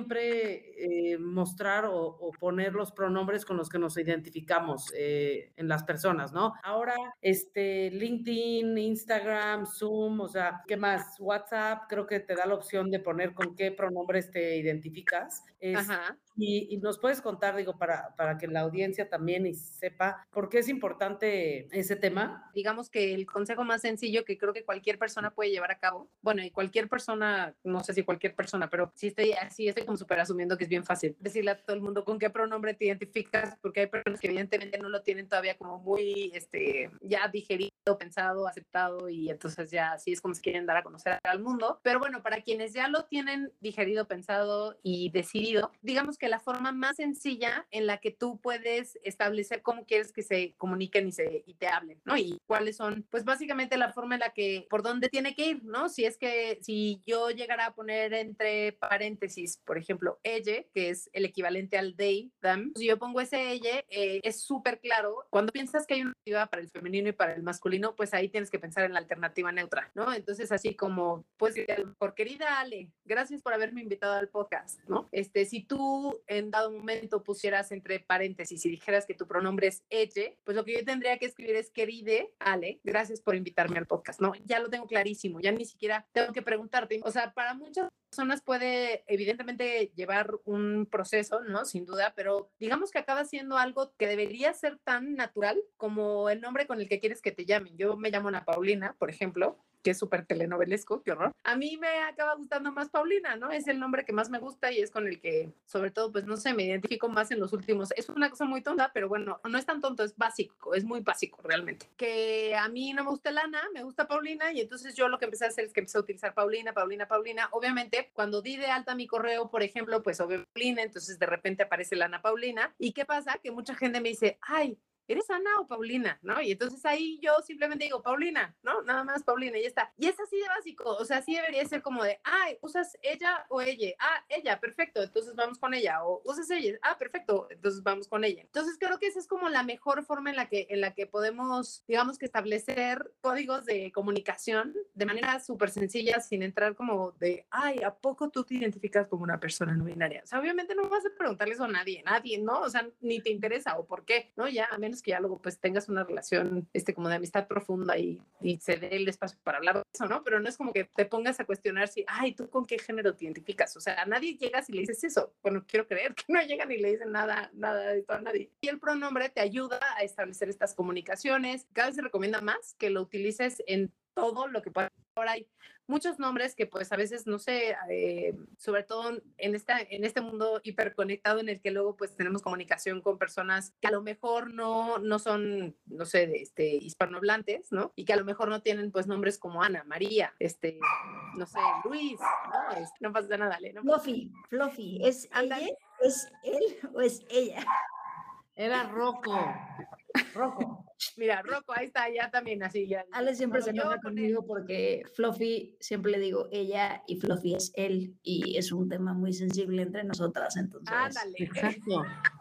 siempre eh, mostrar o, o poner los pronombres con los que nos identificamos eh, en las personas, ¿no? Ahora, este, LinkedIn, Instagram, Zoom, o sea, ¿qué más? WhatsApp, creo que te da la opción de poner con qué pronombres te identificas. Es, Ajá. Y, y nos puedes contar, digo, para, para que la audiencia también y sepa por qué es importante ese tema. Digamos que el consejo más sencillo que creo que cualquier persona puede llevar a cabo, bueno, y cualquier persona, no sé si cualquier persona, pero sí estoy así, estoy como súper asumiendo que es bien fácil decirle a todo el mundo con qué pronombre te identificas, porque hay personas que evidentemente no lo tienen todavía como muy, este, ya digerido, pensado, aceptado, y entonces ya así es como se quieren dar a conocer al mundo. Pero bueno, para quienes ya lo tienen digerido, pensado y decidido, digamos que la forma más sencilla en la que tú puedes establecer cómo quieres que se comuniquen y, se, y te hablen, ¿no? Y cuáles son, pues básicamente la forma en la que, por dónde tiene que ir, ¿no? Si es que, si yo llegara a poner entre paréntesis, por ejemplo, ella, que es el equivalente al they, them, si yo pongo ese ella, eh, es súper claro. Cuando piensas que hay una alternativa para el femenino y para el masculino, pues ahí tienes que pensar en la alternativa neutra, ¿no? Entonces, así como, pues, por querida Ale, gracias por haberme invitado al podcast, ¿no? Este, si tú en dado momento pusieras entre paréntesis y dijeras que tu pronombre es ella, pues lo que yo tendría que escribir es queride Ale, gracias por invitarme al podcast, ¿no? Ya lo tengo clarísimo, ya ni siquiera tengo que preguntarte. O sea, para muchas personas puede evidentemente llevar un proceso, ¿no? Sin duda, pero digamos que acaba siendo algo que debería ser tan natural como el nombre con el que quieres que te llamen. Yo me llamo Ana Paulina, por ejemplo, que es súper telenovelesco, qué horror. A mí me acaba gustando más Paulina, ¿no? Es el nombre que más me gusta y es con el que, sobre todo, pues no sé, me identifico más en los últimos. Es una cosa muy tonta, pero bueno, no es tan tonto, es básico, es muy básico realmente. Que a mí no me gusta Lana, me gusta Paulina y entonces yo lo que empecé a hacer es que empecé a utilizar Paulina, Paulina, Paulina. Obviamente, cuando di de alta mi correo, por ejemplo, pues obvio Paulina, entonces de repente aparece Lana Paulina. ¿Y qué pasa? Que mucha gente me dice, ay, ¿eres Ana o Paulina? ¿No? Y entonces ahí yo simplemente digo, Paulina, ¿no? Nada más Paulina y ya está. Y es así de básico, o sea, sí debería ser como de, ay, ¿usas ella o ella? Ah, ella, perfecto, entonces vamos con ella. O ¿usas ella? Ah, perfecto, entonces vamos con ella. Entonces creo que esa es como la mejor forma en la que, en la que podemos, digamos que establecer códigos de comunicación de manera súper sencilla, sin entrar como de, ay, ¿a poco tú te identificas como una persona no binaria? O sea, obviamente no vas a preguntarle eso a nadie, nadie, ¿no? O sea, ni te interesa o por qué, ¿no? Ya, a menos que ya luego pues tengas una relación este, como de amistad profunda y, y se dé el espacio para hablar de eso, ¿no? Pero no es como que te pongas a cuestionar si, ay, ¿tú con qué género te identificas? O sea, a nadie llegas y le dices eso. Bueno, quiero creer que no llegan y le dicen nada, nada de todo a nadie. Y el pronombre te ayuda a establecer estas comunicaciones. Cada vez se recomienda más que lo utilices en todo lo que pueda. Ahora hay muchos nombres que pues a veces, no sé, eh, sobre todo en, esta, en este mundo hiperconectado en el que luego pues tenemos comunicación con personas que a lo mejor no, no son, no sé, de, este, hispanohablantes, ¿no? Y que a lo mejor no tienen pues nombres como Ana, María, este, no sé, Luis, ¿no? Es, no pasa nada, ¿no? Fluffy, Fluffy, ¿es ella, es él o es ella? Era Rocco. Rocco. Mira, Rocco, ahí está, ya también así. Ya, Ale siempre no, se enoja conmigo él. porque Fluffy, siempre le digo ella y Fluffy es él y es un tema muy sensible entre nosotras, entonces. Ándale. Exacto.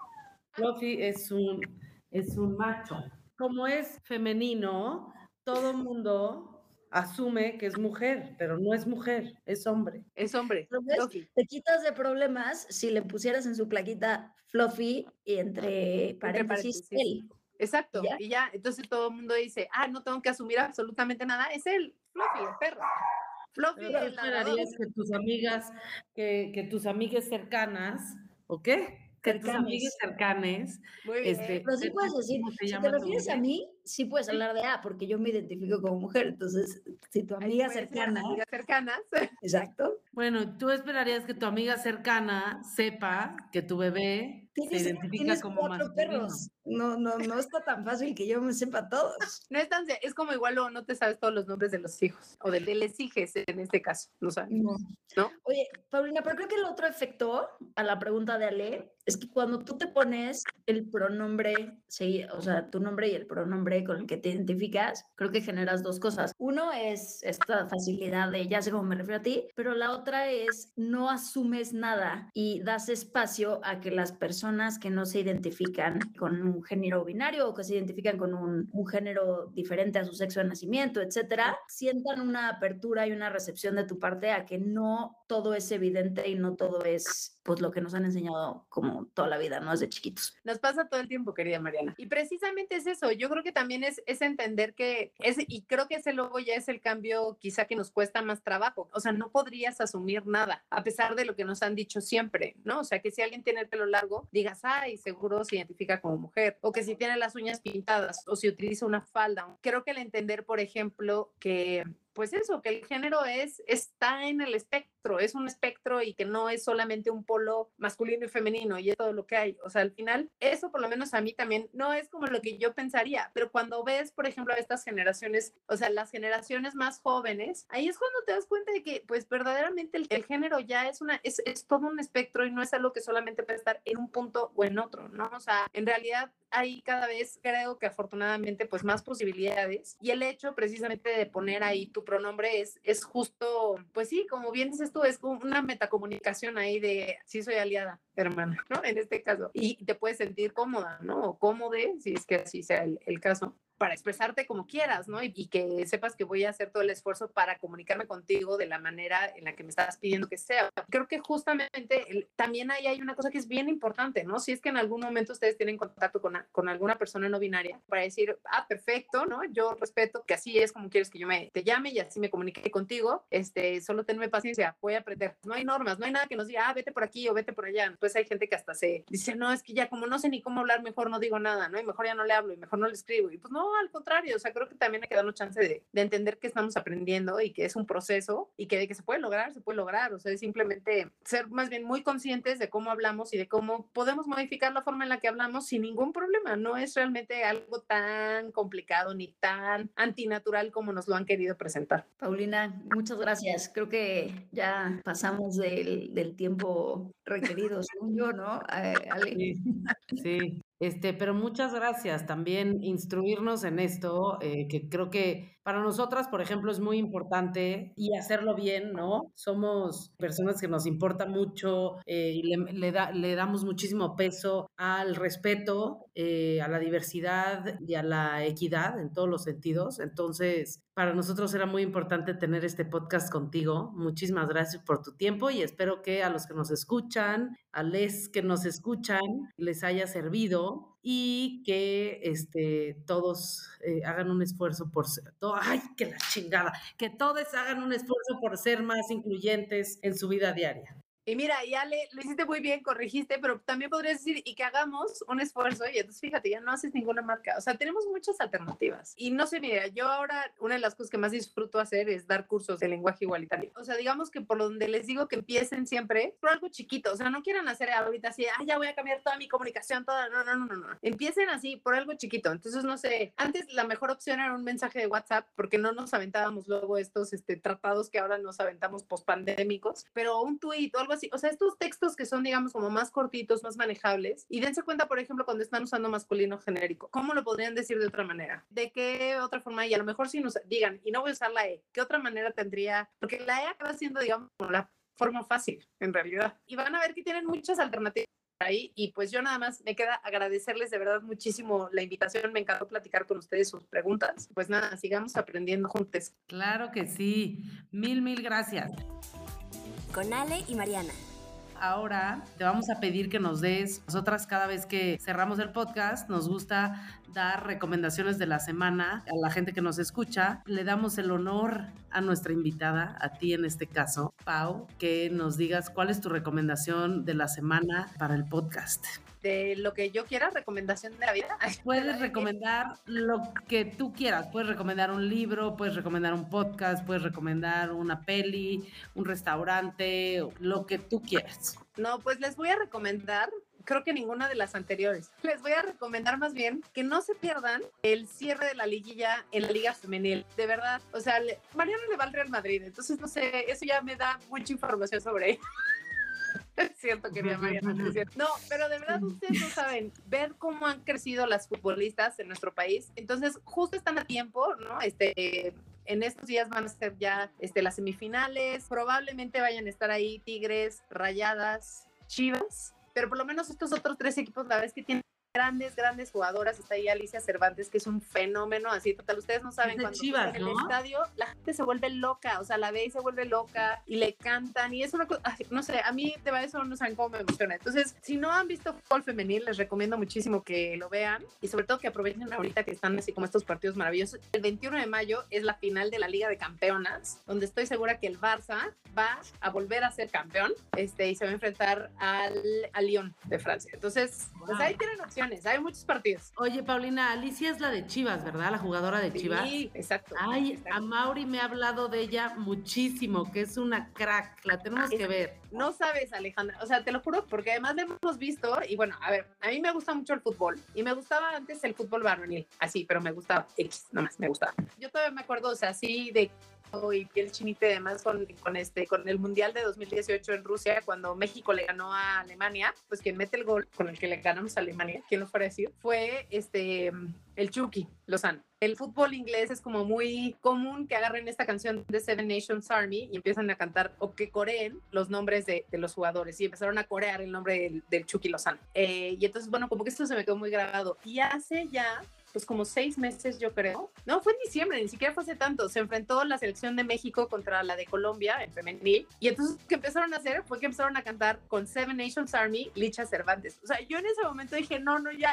Fluffy es un, es un macho. Como es femenino, todo mundo asume que es mujer, pero no es mujer, es hombre. Es hombre. Fluffy. Te quitas de problemas si le pusieras en su plaquita Fluffy y entre paréntesis, entre paréntesis. él. Exacto, ¿Ya? Y ya, entonces todo el mundo dice, ah, no tengo que asumir absolutamente nada, es él, Fluffy, el perro. Fluffy, ¿Pero el esperarías que tus amigas, que, que tus amigas cercanas, ¿o qué? Que cercanes. tus amigas cercanas. Este, pero sí puedes decir, si te refieres a mí, sí puedes hablar de A, porque yo me identifico como mujer, entonces, si tu amiga cercana. Amigas cercanas. Exacto. Bueno, tú esperarías que tu amiga cercana sepa que tu bebé ¿Tienes, se identifica tienes como cuatro masculino. Perros. No, no, no está tan fácil que yo me sepa todos. No es tan, es como igual o no te sabes todos los nombres de los hijos, o de, de les hijes en este caso, no sabes. No. ¿No? Oye, Paulina, pero creo que el otro efecto a la pregunta de Ale es que cuando tú te pones el pronombre, sí, o sea, tu nombre y el pronombre con el que te identificas, creo que generas dos cosas. Uno es esta facilidad de ya sé cómo me refiero a ti, pero la otra es no asumes nada y das espacio a que las personas que no se identifican con un género binario o que se identifican con un, un género diferente a su sexo de nacimiento, etcétera, sientan una apertura y una recepción de tu parte a que no todo es evidente y no todo es pues lo que nos han enseñado como toda la vida, ¿no? Desde chiquitos. Nos pasa todo el tiempo, querida Mariana. Y precisamente es eso. Yo creo que también es, es entender que es, y creo que ese luego ya es el cambio quizá que nos cuesta más trabajo. O sea, no podrías asumir nada, a pesar de lo que nos han dicho siempre, ¿no? O sea, que si alguien tiene el pelo largo, digas, ay, seguro se identifica como mujer. O que si tiene las uñas pintadas o si utiliza una falda. Creo que el entender, por ejemplo, que pues eso, que el género es, está en el espectro, es un espectro y que no es solamente un polo masculino y femenino y es todo lo que hay. O sea, al final, eso por lo menos a mí también no es como lo que yo pensaría, pero cuando ves, por ejemplo, a estas generaciones, o sea, las generaciones más jóvenes, ahí es cuando te das cuenta de que, pues, verdaderamente el, el género ya es una, es, es todo un espectro y no es algo que solamente puede estar en un punto o en otro, ¿no? O sea, en realidad hay cada vez, creo que afortunadamente, pues más posibilidades y el hecho precisamente de poner ahí tu pronombre es, es justo, pues sí, como bien dices tú, es una metacomunicación ahí de sí soy aliada, hermana, ¿no? En este caso. Y te puedes sentir cómoda, ¿no? O cómode, si es que así sea el, el caso, para expresarte como quieras, ¿no? Y, y que sepas que voy a hacer todo el esfuerzo para comunicarme contigo de la manera en la que me estás pidiendo que sea. Creo que justamente el, también ahí hay una cosa que es bien importante, ¿no? Si es que en algún momento ustedes tienen contacto con, con alguna persona no binaria, para decir, ah, perfecto, ¿no? Yo respeto que así es como quieres que yo me te llame y así me comunique contigo, este, solo tenme paciencia, voy a aprender. No hay normas, no hay nada que nos diga, ah, vete por aquí o vete por allá. Pues hay gente que hasta se dice, no, es que ya como no sé ni cómo hablar, mejor no digo nada, ¿no? Y mejor ya no le hablo y mejor no le escribo. Y pues no, al contrario, o sea, creo que también hay que darnos chance de, de entender que estamos aprendiendo y que es un proceso y que de que se puede lograr, se puede lograr, o sea, es simplemente ser más bien muy conscientes de cómo hablamos y de cómo podemos modificar la forma en la que hablamos sin ningún problema. No es realmente algo tan complicado ni tan antinatural como nos lo han querido presentar. Paulina, muchas gracias. Creo que ya pasamos del, del tiempo requerido, según yo, ¿no? Eh, Ale. Sí, sí. Este, pero muchas gracias también instruirnos en esto, eh, que creo que para nosotras, por ejemplo, es muy importante y hacerlo bien, ¿no? Somos personas que nos importa mucho eh, y le, le, da, le damos muchísimo peso al respeto, eh, a la diversidad y a la equidad en todos los sentidos. Entonces, para nosotros era muy importante tener este podcast contigo. Muchísimas gracias por tu tiempo y espero que a los que nos escuchan, a les que nos escuchan, les haya servido y que este, todos eh, hagan un esfuerzo por ser, todo, ¡ay, que la chingada! Que todos hagan un esfuerzo por ser más incluyentes en su vida diaria. Y mira, y Ale, lo hiciste muy bien, corregiste, pero también podrías decir, y que hagamos un esfuerzo, y entonces fíjate, ya no haces ninguna marca. O sea, tenemos muchas alternativas. Y no sé, mira, yo ahora, una de las cosas que más disfruto hacer es dar cursos de lenguaje igualitario. O sea, digamos que por donde les digo que empiecen siempre, por algo chiquito. O sea, no quieran hacer ahorita así, ah, ya voy a cambiar toda mi comunicación, toda. No, no, no, no, no. Empiecen así, por algo chiquito. Entonces, no sé, antes la mejor opción era un mensaje de WhatsApp, porque no nos aventábamos luego estos este, tratados que ahora nos aventamos pospandémicos, pero un tweet o algo así, o sea, estos textos que son, digamos, como más cortitos, más manejables, y dense cuenta, por ejemplo, cuando están usando masculino genérico, ¿cómo lo podrían decir de otra manera? ¿De qué otra forma? Y a lo mejor si nos digan, y no voy a usar la E, ¿qué otra manera tendría? Porque la E acaba siendo, digamos, como la forma fácil, en realidad, y van a ver que tienen muchas alternativas ahí, y pues yo nada más me queda agradecerles de verdad muchísimo la invitación, me encantó platicar con ustedes sus preguntas, pues nada, sigamos aprendiendo juntos. Claro que sí, mil, mil gracias. Con Ale y Mariana. Ahora te vamos a pedir que nos des, nosotras cada vez que cerramos el podcast, nos gusta dar recomendaciones de la semana a la gente que nos escucha. Le damos el honor a nuestra invitada, a ti en este caso, Pau, que nos digas cuál es tu recomendación de la semana para el podcast. De lo que yo quiera, recomendación de la vida. Puedes recomendar lo que tú quieras. Puedes recomendar un libro, puedes recomendar un podcast, puedes recomendar una peli, un restaurante, lo que tú quieras. No, pues les voy a recomendar, creo que ninguna de las anteriores. Les voy a recomendar más bien que no se pierdan el cierre de la liguilla en la Liga Femenil. De verdad, o sea, le, Mariana le va al Real Madrid, entonces no sé, eso ya me da mucha información sobre ella. Es cierto, querida Mariana, es cierto. No, pero de verdad ustedes no saben ver cómo han crecido las futbolistas en nuestro país. Entonces, justo están a tiempo, ¿no? Este, en estos días van a ser ya este, las semifinales. Probablemente vayan a estar ahí Tigres, Rayadas, Chivas. Pero por lo menos estos otros tres equipos, la verdad es que tienen grandes, grandes jugadoras. Está ahí Alicia Cervantes, que es un fenómeno, así total. Ustedes no saben, cuando Chivas, está en ¿no? el estadio, la gente se vuelve loca, o sea, la ve y se vuelve loca y le cantan y es una cosa, no sé, a mí de verdad eso no saben cómo me emociona. Entonces, si no han visto fútbol femenil, les recomiendo muchísimo que lo vean y sobre todo que aprovechen ahorita que están así como estos partidos maravillosos. El veintiuno de mayo es la final de la Liga de Campeonas, donde estoy segura que el Barça va a volver a ser campeón este, y se va a enfrentar al, al Lyon de Francia. Entonces, wow. Pues ahí tienen opciones. Hay muchos partidos. Oye, Paulina, Alicia es la de Chivas, ¿verdad? La jugadora de Chivas. Sí, exacto. Ay, exacto. A Mauri me ha hablado de ella muchísimo, que es una crack. La tenemos es, que ver. No sabes, Alejandra. O sea, te lo juro, porque además la hemos visto. Y bueno, a ver, a mí me gusta mucho el fútbol. Y me gustaba antes el fútbol varonil. Así, pero me gustaba X, nomás me gustaba. Yo todavía me acuerdo, o sea, así de y piel chinita y demás con, con, este, con el Mundial de dos mil dieciocho en Rusia, cuando México le ganó a Alemania, pues quien mete el gol con el que le ganamos a Alemania, ¿quién lo fuera a decir? Fue este, el Chucky Lozano. El fútbol inglés es como muy común que agarren esta canción de Seven Nations Army y empiezan a cantar o que coreen los nombres de, de los jugadores y empezaron a corear el nombre del, del Chucky Lozano. Eh, y entonces, bueno, como que esto se me quedó muy grabado. Y hace ya pues como seis meses yo creo, no, fue en diciembre, ni siquiera fue hace tanto, se enfrentó la selección de México contra la de Colombia en femenil, y entonces lo que empezaron a hacer fue que empezaron a cantar con Seven Nations Army, Licha Cervantes. O sea, yo en ese momento dije, no, no, ya,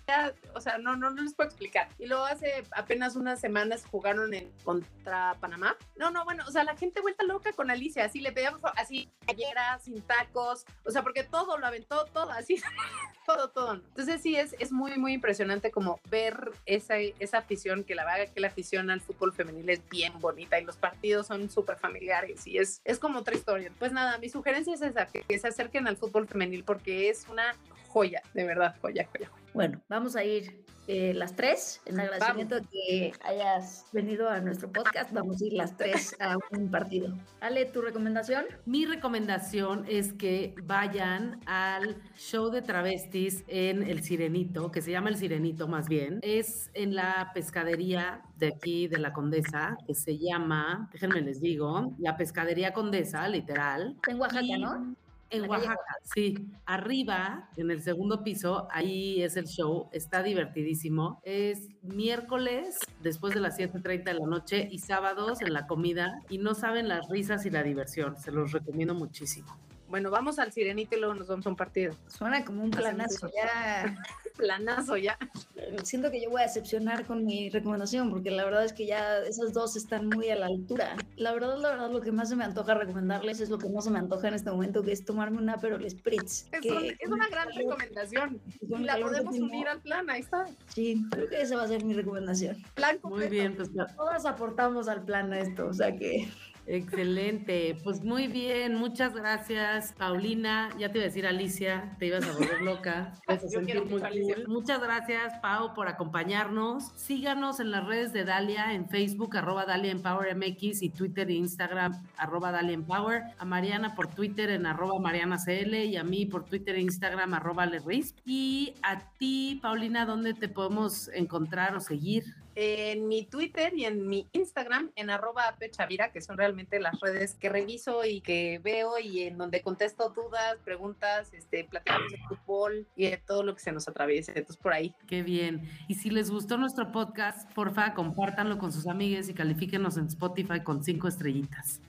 o sea, no, no, no les puedo explicar. Y luego hace apenas unas semanas jugaron en, contra Panamá. No, no, bueno, o sea, la gente vuelta loca con Alicia, así le pedíamos así, ayer sin tacos, o sea, porque todo lo aventó, todo así, todo, todo. Entonces sí, es, es muy, muy impresionante como ver esa, esa afición, que la verdad que la afición al fútbol femenil es bien bonita y los partidos son súper familiares y es, es como otra historia. Pues nada, mi sugerencia es esa, que, que se acerquen al fútbol femenil porque es una joya, de verdad, joya, joya, joya. Bueno, vamos a ir eh, las tres, en agradecimiento de que hayas venido a nuestro podcast, vamos a ir las tres a un partido. Ale, ¿tu recomendación? Mi recomendación es que vayan al show de travestis en El Sirenito, que se llama El Sirenito más bien. Es en la pescadería de aquí, de la Condesa, que se llama, déjenme les digo, la Pescadería Condesa, literal. En Oaxaca, y, ¿no? En Oaxaca, sí. Arriba, en el segundo piso, ahí es el show. Está divertidísimo. Es miércoles, después de las siete treinta de la noche, y sábados en la comida. Y no saben las risas y la diversión. Se los recomiendo muchísimo. Bueno, vamos al Sirenito y luego nos vamos a un partido. Suena como un planazo, ya. Planazo, ya. Siento que yo voy a decepcionar con mi recomendación, porque la verdad es que ya esas dos están muy a la altura. La verdad, la verdad, lo que más se me antoja recomendarles es lo que no se me antoja en este momento, que es tomarme un Aperol Spritz. Es, que, un, es una gran calor, recomendación. Y la podemos unir al plan, ahí está. Sí, creo que esa va a ser mi recomendación. Plan completo. Muy bien, pues todas aportamos al plan a esto, o sea que... Excelente, pues muy bien, muchas gracias, Paulina. Ya te iba a decir Alicia, te ibas a volver loca. Te ibas a sentir muy cool. Muchas gracias, Pau, por acompañarnos. Síganos en las redes de Dalia, en Facebook, arroba Dalia Empower M X, y Twitter e Instagram, arroba Dalia Empower. A Mariana por Twitter en arroba Mariana C L, y a mí por Twitter e Instagram, arroba Lerrisp. Y a ti, Paulina, ¿dónde te podemos encontrar o seguir? En mi Twitter y en mi Instagram, en arroba pechavira, que son realmente las redes que reviso y que veo y en donde contesto dudas, preguntas, este, platicamos de fútbol y de todo lo que se nos atraviese. Entonces, por ahí. Qué bien. Y si les gustó nuestro podcast, porfa, compártanlo con sus amigues y califíquenos en Spotify con cinco estrellitas.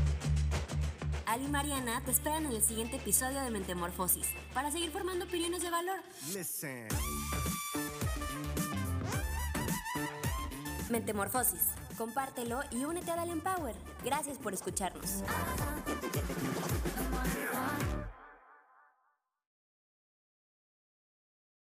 Ali y Mariana te esperan en el siguiente episodio de Mentemorfosis para seguir formando opiniones de valor. Listen. Mentemorfosis. Compártelo y únete a Dalia Empower. Gracias por escucharnos.